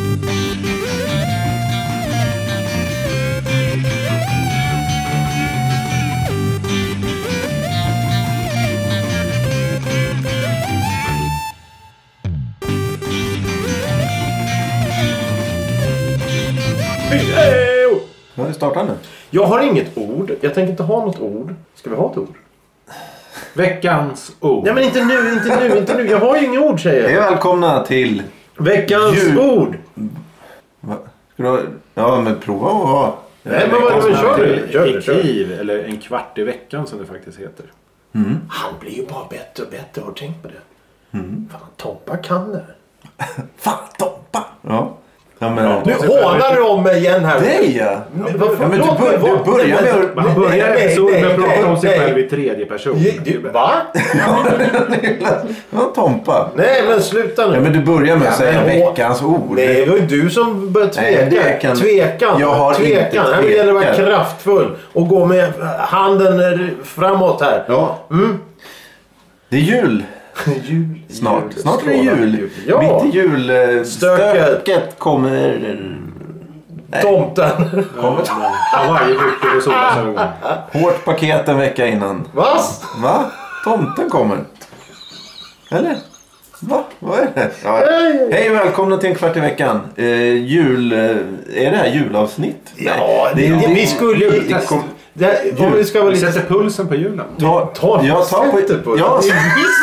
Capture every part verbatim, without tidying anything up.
Ja, vi startar nu. Jag har inget ord. Jag tänker inte ha något ord. Ska vi ha ett ord? Veckans ord. Nej, men inte nu, inte nu, inte nu. Jag har ju inget ord, säger jag. Hej, välkomna till Veckans Jul. ord. Va? Ska du... Ja, men prova att ha. Nej, men vad är det vi kör nu? Kör det, kör det. Eller en kvart i veckan som det faktiskt heter. Mm. Han blir ju bara bättre och bättre. Har du tänkt på det? Mm. Fan, Tompa kan det. Fan, Tompa! Ja. Ja, men... Nu hånar du om mig igen här. Nej, ja. Men, vad fan, Ja, men du, låt bör, mig vara- du börjar med att... Man börjar Nej, episoden med nej, att prata om nej, sig nej. själv i tredje person. Du, va? Ja, Tompa. Nej, men sluta nu. Ja, men du börjar med att Ja, säga men, veckans ord. Nej, det var ju du som började tveka. Nej, det kan- Tvekan. Jag har Tvekan. inte Här gäller det att vara tvekat. kraftfull. Och gå med handen framåt här. Ja. Mm. Det är jul. Jul. Snart. Jul. Snart är det jul. Ja. Mitt i julstöket Stöket. kommer... Nej. Tomten. kommer. Ja, varje vecka och solglasögon. Hårt paket en vecka innan. Va? Va? Tomten kommer. Eller? Va? Vad är det? Ja. Hej och välkomna till en kvart i veckan. Eh, jul... Eh, är det här julavsnitt? Ja, det, det, det, vi skulle ju... det kom, Det, om vi ska vara Vi lite... sätter pulsen på julen. ta, Ta, jag tar sätter på... på det. Ja,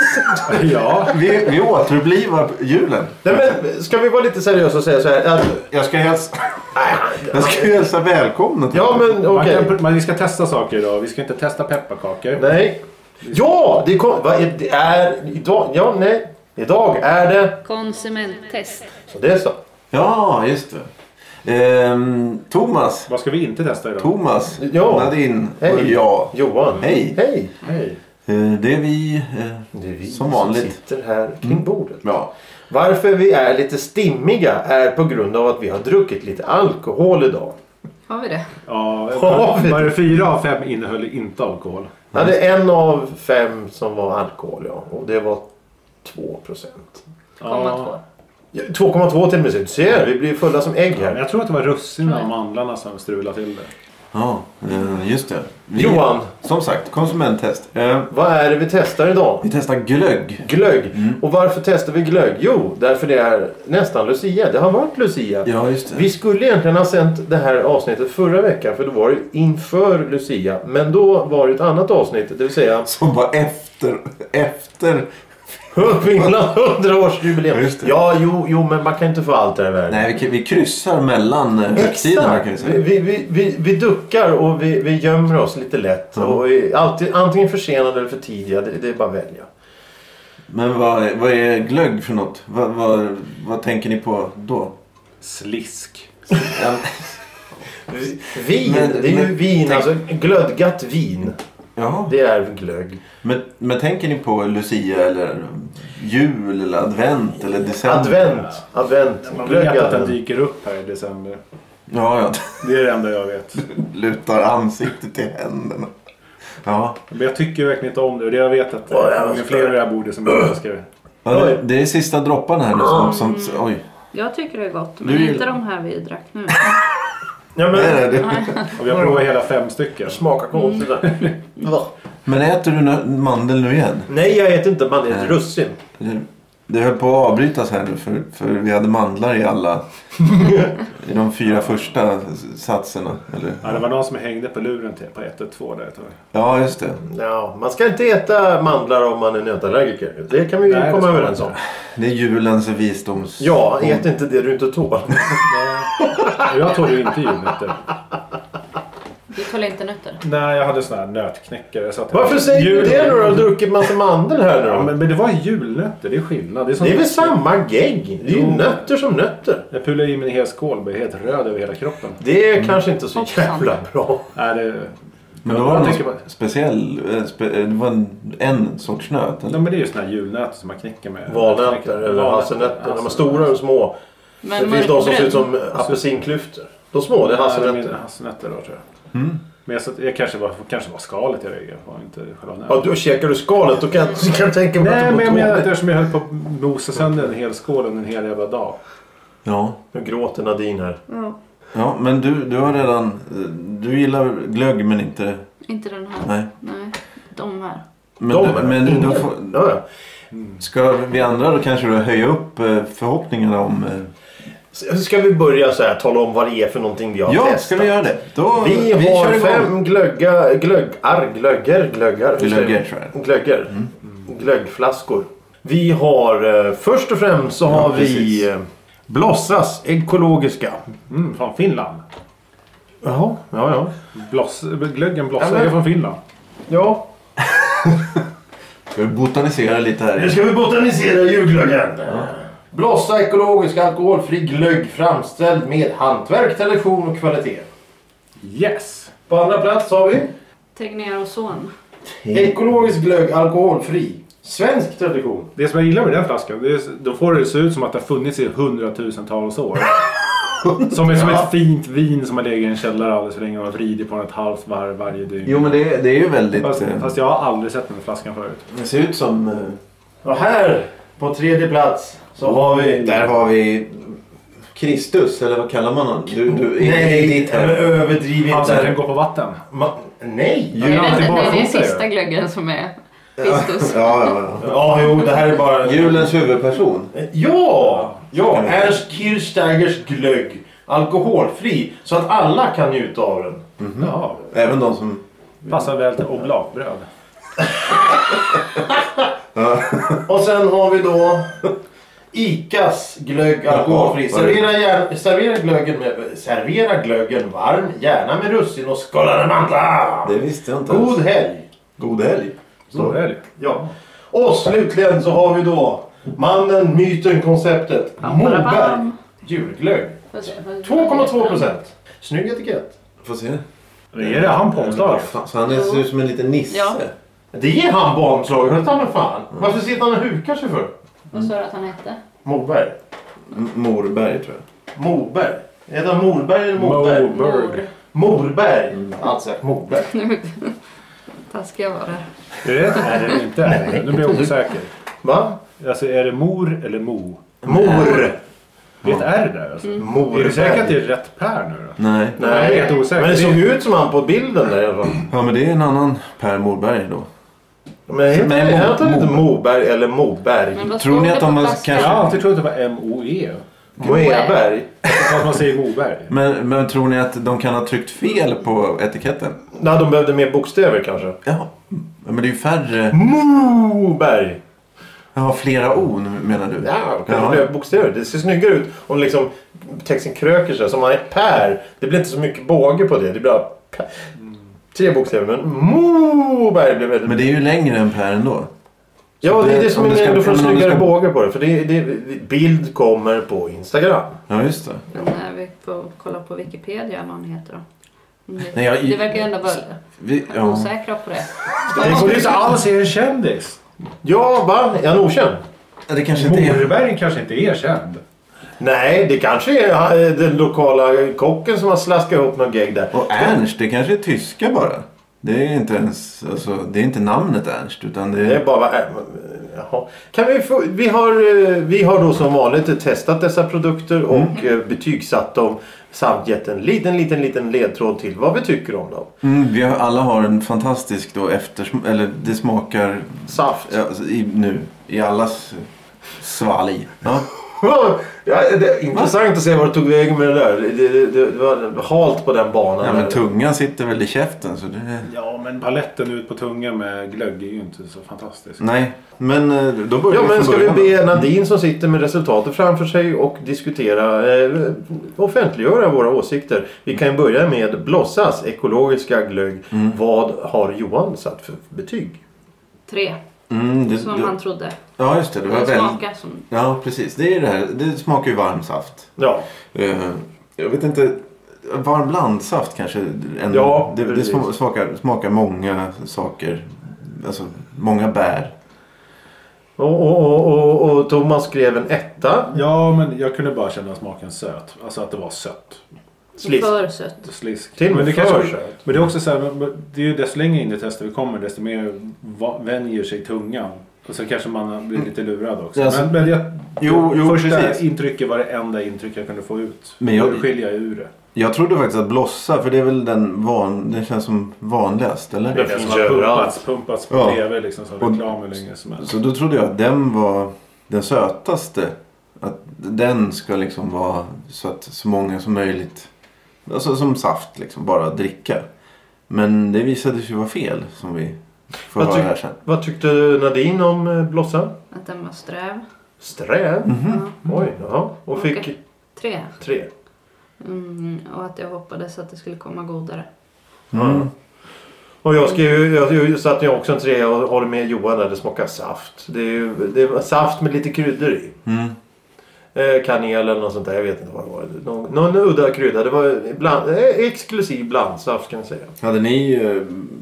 Ja. vi, vi återupplivar julen. Nej, men ska vi vara lite seriösa och säga så här? Att, Jag ska hälsa... Jag ska ju hälsa välkomna till ja, men Man okej. kan, man, vi ska testa saker idag. Vi ska inte testa pepparkakor. Nej. Ja, det, kom, vad är, det är idag. Ja, nej. Idag är det... Konsumenttest. Så det är så. Ja, just det. Ehm, Thomas. Vad ska vi inte testa idag? Thomas. Ja. Nadine. Hej. Och jag. Johan. Hej. Hej. Hej. Eh, det är vi, eh, Det är vi som vanligt. sitter här kring bordet. Ja. Varför vi är lite stimmiga är på grund av att vi har druckit lite alkohol idag. Har vi det? Ja, Har vi var det fyra av fem innehöll inte alkohol? Ja, det är en av fem som var alkohol, ja. Och det var två procent. Komma två. två komma två till och med. Du ser, vi blir fulla som ägg Ja, men här. jag tror att det var russinen och mandlarna som strulade till det. Ja, eh, just det. Vi, Johan. Som sagt, konsumenttest. Eh, Vad är det vi testar idag? vi testar glögg. Glögg. Och varför testar vi glögg? Jo, därför det är nästan Lucia. Det har varit Lucia. Ja, just det. Vi skulle egentligen ha sänt det här avsnittet förra veckan, för då var det inför Lucia. Men då var det ett annat avsnitt, det vill säga Som var efter, efter. Finland hundraårsjubileum. Ja, just det. Ja, jo, jo, men man kan inte få allt det här i världen. Nej, vi, vi kryssar mellan eh, högtiderna, kan vi Exakt. säga. Vi, vi, vi, vi duckar och vi, vi gömmer oss lite lätt. Mm. Och är alltid, antingen försenade eller för tidiga. Det, det är bara att välja. Men vad, är- vad är glögg för något? Vad, vad, vad tänker ni på då? Slisk. Ja, Vin, Men- det är ju men- vin, tänk- alltså glödgat vin. Jaha. Det är glögg. Men, men tänker ni på Lucia eller jul eller advent eller december? Advent, advent, Man vet att den glögg. dyker upp här i december. Ja, ja. Det är det enda jag vet. Lutar ansiktet i händerna. Ja. Men jag tycker verkligen inte om det. Och det jag vet att det Ja, är jag många ska- fler i det här bordet som önskar. Ja, det, det är sista dropparna här nu som, som oj. Jag tycker det är gott, men Du gillar- inte de här vi drack nu. Ja, Nej, nej, men det. Och vi har provat hela fem stycken. smaka konstigt där. Va? Men äter du nö- mandel nu igen? Nej, jag äter inte mandel, Nej. russin. Det, det höll på att avbrytas här nu för, för vi hade mandlar i alla i de fyra första satserna. Eller? Ja, det var någon som hängde på luren till på ett och två där ett tag. Ja, just det. Ja, man ska inte äta mandlar om man är nötallergiker. Det kan vi Nej, det komma ska man överens om. inte. Det är julens visdoms... Ja, ät inte det du inte tål. Och jag tål ju inte julnötter. Du tål inte nötter. Nej, jag hade sån här nötknäckare. Jag satt Varför säger du det när du har druckit massa mandel här nu Ja, då? men, men det var julnötter, det är skillnad. Det är, som Det är väl samma gegg? Det är ju Jo. nötter som nötter. Jag pullade i mig en hel skål och blev helt röd över hela kroppen. Det är kanske inte så Hoppsan. jävla bra. Nej, det... Men Ja, då var det jag någon tänker bara- speciell... eh, Spe, eh, det var en, en sorts nöt, Ja, eller? men det är ju såna här julnötter som man knäcker med. Valnötter eller hasselnötter. De är stora och små. Men Det finns de som ser ut mörkbrun. som apelsinklyftor. De små, det är hasselnötter. Hasselnötter. Hasselnötter då, tror jag. Mm. Men jag, satt, jag kanske, var, kanske var skalet jag reagerade på, inte själva Ja, nöten. då käkar du skalet. Då kan jag, kan jag tänka mig Nej, att men det jag går menar att dåligt. eftersom jag höll på att mosa sönder en hel skål under en hel jävla dag. Ja. Nu gråter Nadine här. Ja. Ja, men du, du har redan... Du gillar glögg men inte... Inte den här. Nej. Nej. De här. Men, De du, är men ingen. då får, Ja, ja. ska vi andra då kanske då höja upp eh, förhoppningarna om... eh, Ska vi börja så här talla om vad det är för någonting vi har Ja, testat? ska vi göra det? Då, Vi, kör har igång. fem glögga, glöggar, glögger, glöggar. hur säger Glögger, vi? tror jag. Glögger. Mm. Glöggflaskor. Vi har eh, först och främst så Ja, har vi precis. eh, Blossas ekologiska. Mm, från Finland. Jaha, ja ja. Bloss, glöggen Blossa Ja, men- är från Finland. Ja, Ska vi botanisera lite nu här? ska vi botanisera julglöggen. Blossa ekologisk alkoholfri glögg framställd med hantverk, tradition och kvalitet. Yes! På andra plats har vi Tegnér och son. ekologisk glögg alkoholfri. Svensk tradition. Det som jag gillar med den flaskan, det är, då får det se ut som att det har funnits i hundratusentals år. Som är som ett fint vin som har legat i en källare alldeles för länge och har vridit på ett halvt varv varje dygn. Jo, men det, det är ju väldigt... Fast, eh, fast jag har aldrig sett den flaskan förut. Det ser ut som... eh, Och här på tredje plats så har vi... Där har vi... Kristus, eller vad kallar man honom? Du, du, Nej, ditt men hem. överdriv Han som kan inte. gå på vatten. Ma- Nej! Djur Det är, alltid det, det är barfota, sista ju. glöggen som är Kristus. Ja, ja, ja. Ja, jo, det här är bara... Julens huvudperson. Ja! Ja, Ernst Kirchsteigers glögg. Alkoholfri. Så att alla kan njuta av den. Ja, Även de som... passar väl till oblatbröd. Och sen har vi då Icas glögg alkoholfri. Jaha, vad är det? Servera, gärna, servera, glöggen med, servera glöggen varm, gärna med russin och skållade mandlar. Det visste jag inte. God helg! God helg. Så är det. Ja. Och slutligen så har vi då mannen, myten, konceptet. Moberg Bam. julglögg. Får se, får se. två komma två procent. Snygg etikett. Får se. Är det han på omslaget? Så han ser ut som en liten nisse. Ja. Det är han på omslaget. Men ta mig fan. Varför sitter han och hukar sig för? Vad sa du att han hette? Moberg. M- Morberg, tror jag. Moberg. Är det Morberg eller Moberg? Moberg. Morberg. Alltså Moberg. Taskiga var det. Är det? Är det inte? Nu blir jag osäker. Va? Alltså är det mor eller mo? Mor. Det är ett R där alltså. Morberg. Är du säker att det är rätt Per nu då? Nej. Jag är helt osäker. Men det såg Det- ut som han på bilden där i alla fall. Ja, men det är en annan Per Morberg då. Men heter Nej, det Mo- heter det inte Mo- Moberg eller Moberg? Men vad Tror stod ni det att på de har flaskan? Jag kanske- har alltid trott att det var M O E. Moberg? Fast man säger Moberg. Men, men tror ni att de kan ha tryckt fel på etiketten? Nej, de behövde mer bokstäver kanske. Ja. Men det är ju färre... Moberg. Ja, flera O menar du? Ja, kanske Ja. fler bokstäver. Det ser snyggare ut om liksom texten kröker sig. Som man är Per. Det blir inte så mycket båge på det. Det blir bara per. Tre bokstäver. Men Moberg blir väldigt... Men det är ju längre än Per ändå. Ja, det är det- det som om är det ska- ändå för om det snyggare ska- båge på det. För det, det, det, bild kommer på Instagram. Ja, just det. Men när vi får kolla på Wikipedia vad han heter då. Mm, Det, Nej, jag- det verkar ju ändå vara Vi, ja. osäkra på det. Det är inte alls är en kändis. Ja, va? Är han okänd? Det kanske inte är... Morberg kanske inte är känd. Nej, det kanske är eh, den lokala kocken som har slaskat ihop någon gegg där. Och Ernst, det kanske är tyska bara. Det är inte ens... Alltså, det är inte namnet Ernst, utan det Det är är... bara... Äh, jaha. Kan vi, få, vi, har, eh, vi har då som vanligt testat dessa produkter och mm. betygsatt dem samt gett en liten, liten, liten ledtråd till vad vi tycker om dem. Mm, vi har, alla har en fantastisk då eftersmak... Eller det smakar... Saft. Ja, alltså, i, nu. I allas svalg. Ja. Ja, det är intressant att se vad du tog vägen med det där. Det, det, det var halt på den banan. Ja, men där. tungan sitter väl i käften, så det... Ja, men paletten ut på tungan med glögg är ju inte så fantastisk. Nej, men eh, då börjar Ja, vi men från ska vi början då. be Nadine som sitter med resultatet framför sig och diskutera, eh, offentliggöra våra åsikter. Vi kan ju börja med Blossas ekologiska glögg. Mm. Vad har Johan satt för betyg? Tre, Mm, det, som det, han trodde. ja, just det. Det var Det väl... smakar som... Ja, precis. Det är det här. Det smakar ju varm saft. Ja, Eh, jag vet inte... Varm blandsaft kanske. En, Ja, det, det precis. sma- smakar, smakar många saker. Alltså, många bär. och, och, och, och, och Thomas skrev en etta. Ja, men jag kunde bara känna smaken söt. Alltså att det var sött. Slisk. För sött. Slisk. Till och med men det för kanske, sött. men det är också så här, men det är ju desto längre in i testet vi kommer, desto mer va- vänjer sig tungan Och så kanske man blir lite lurad också. Alltså, men men jag, jo, jo, första precis. intrycket var det enda intryck jag kunde få ut. Men jag- Hur skiljer jag ur det? Jag trodde faktiskt att blossa, för det är väl den van, det känns som vanligast, eller? Det Det som finns har överallt. pumpats, pumpats på Ja. tv liksom som Och- reklam hur länge som helst. Så då trodde jag att den var den sötaste. Att den ska liksom vara så att så många som möjligt, alltså som saft liksom, bara dricka. Men det visade sig ju vara fel, som vi får Vad höra tyck- här sen. Vad tyckte Nadine om eh, blossan? Att den var sträv. Sträv? Mhm. Ja. Oj, jaha. Och fick Okej. Tre. tre. Mm, och att jag hoppades att det skulle komma godare. Mm. Och jag skrev, jag, jag satt ju också en trea och håller med Johan där, det smakar saft. Det är ju det var saft med lite kryddor i. Mm. Eh, kanel eller något sånt där, jag vet inte vad det var. Någon, någon udda krydda, det var bland, eh, exklusiv blandsaft kan jag säga. Hade ni eh,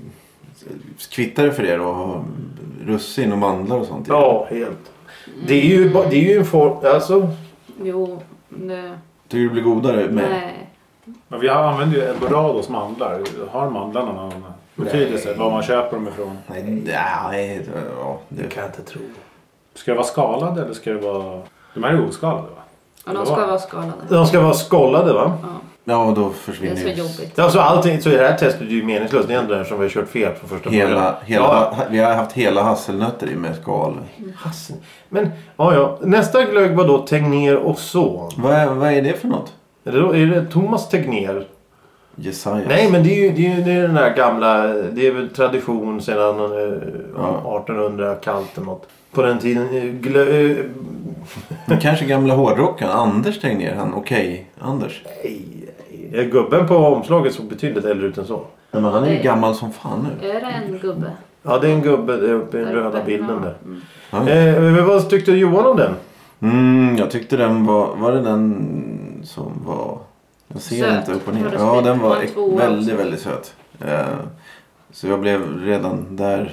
kvittare för er och ha russin och mandlar och sånt? i? Ja, helt. Det är ju, ba- det är ju en form, alltså. Jo, det... Tycker du det blir godare med? Nej. Men vi använder ju Eldorados mandlar. Har mandlarna någon betydelse? Var man köper dem ifrån? Nej, nej, ja, det Det kan jag inte tro. Ska det vara skalade eller ska det vara... De här är oskalade va? Och de ska vara skalade. De ska vara skållade va? Ja, Ja, och då det är försvinner så ju jobbigt. Alltså allting, så i det här testet är ju meningslöst. Det är ändå där som vi har kört fel från första början. hela, hela, Ja, Vi har haft hela hasselnötter i med skal. hassen. Men, ja ja. Nästa glögg var då Tegnér och son. Vad är, vad är det för något? Är det, då, är det Thomas Tegnér? Jesajas. Nej, men det är ju det är, ju- det är den där gamla, det är väl tradition sedan eh, Ja. artonhundra kallt eller något. På den tiden, eh, glö, eh, Men kanske gamla hårdrockaren Anders Tegnér, han okej Anders. nej, nej. Gubben på omslaget såg betydligt äldre ut än så. Men han är ju Nej. gammal som fan nu. Är det en gubbe? Ja, det är en gubbe där uppe i den Där röda uppe? bilden Ja. där. Mm. Ja. Eh, men vad tyckte Johan om den? Mm, jag tyckte den var, var det den som var, jag ser Söt. inte upp och ner. Var det Ja, sprit? den var Var det ex- tvåa väldigt, också? väldigt söt. Eh, så jag blev redan där,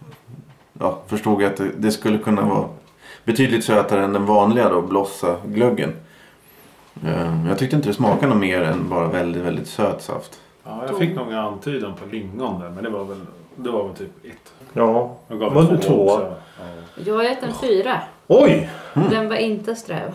ja, förstod jag att det, det skulle kunna vara betydligt sötare än den vanliga då, blossa glöggen. Eh, jag tyckte inte det smakade något mer än bara väldigt, väldigt söt saft. Ja, jag fick nog en antydan på lingon där. Men det var väl, det var väl typ ett. Ja. Jag gav Var två det två? också. Ja. Jag har gett en fyra. Oj! Den var inte sträv.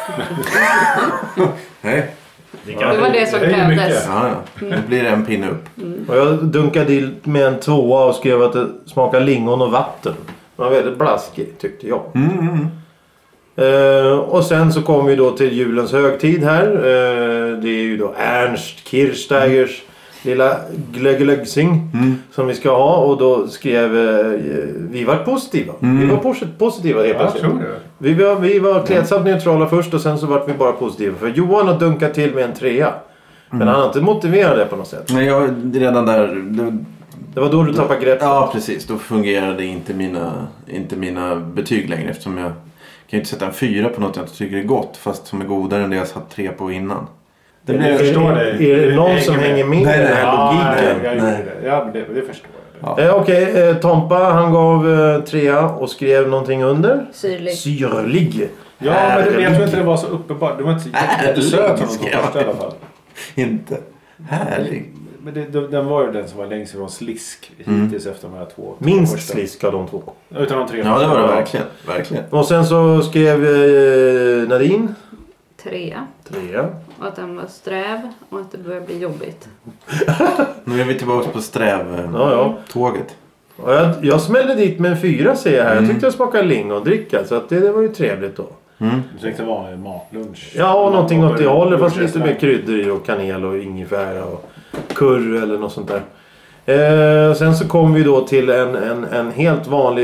Nej. kan- Det var det som är ju krävdes. mycket. Ja, ja. Det blir en pinne upp. Och jag dunkade i med en tvåa och skrev att det smakar lingon och vatten. Det var väldigt blaskigt tyckte jag. Mm, mm, mm. Eh, och sen så kom vi då till julens högtid här. Eh, det är ju då Ernst Kirchsteigers lilla glögglöggsing Mm. som vi ska ha. Och då skrev eh, vi var positiva. Mm. Vi var pos- positiva helt Ja, jag plötsligt. tror det. Vi var, vi var klädsamt neutrala först och sen så var vi bara positiva. För Johan har dunkat till med en trea. Men han har inte motiverat det på något sätt. Men jag redan där, det, Det var då du tappade greppet. ja precis, då fungerade inte mina, inte mina betyg längre eftersom jag kan ju inte sätta en fyra på något jag inte tycker är gott fast som är godare än det jag satt tre på innan. Det Jag blev, förstår är, det. är det någon Jag som hänger hänger med. med Nej, i den nej. här Ja, logiken? jag, jag Nej. gjorde det. Ja, det, det förstår jag. Ja. Eh, Okej, eh, Tompa han gav eh, trea och skrev någonting under. Syrlig. Syrlig. Ja, men, det, men jag tror inte det var så uppenbart. Det var inte Äh, jättesöt från de skrev första i alla fall. inte. Härlig. Men det, det, den var ju den som var längst ifrån slisk hittills efter de här två. Minst första. slisk av de två. Utan de tre Ja, det första. var det verkligen. verkligen. Och sen så skrev eh, Nadine. Trea. Trea. Och att den var sträv. Och att det börjar bli jobbigt. Nu är vi tillbaka på strävtåget. Ja, ja. Och jag, jag smällde dit med en fyra ser jag här. Jag tyckte jag smakade lingondricka. Så att det, det var ju trevligt då. Mm. Du tänkte vanlig matlunch. Ja, och någonting åt det hållet. Fast lite Lunchrestaurang. mer kryddor i och kanel och ingefära och curry eller något sånt där. Eh, sen så kom vi då till en, en, en helt vanlig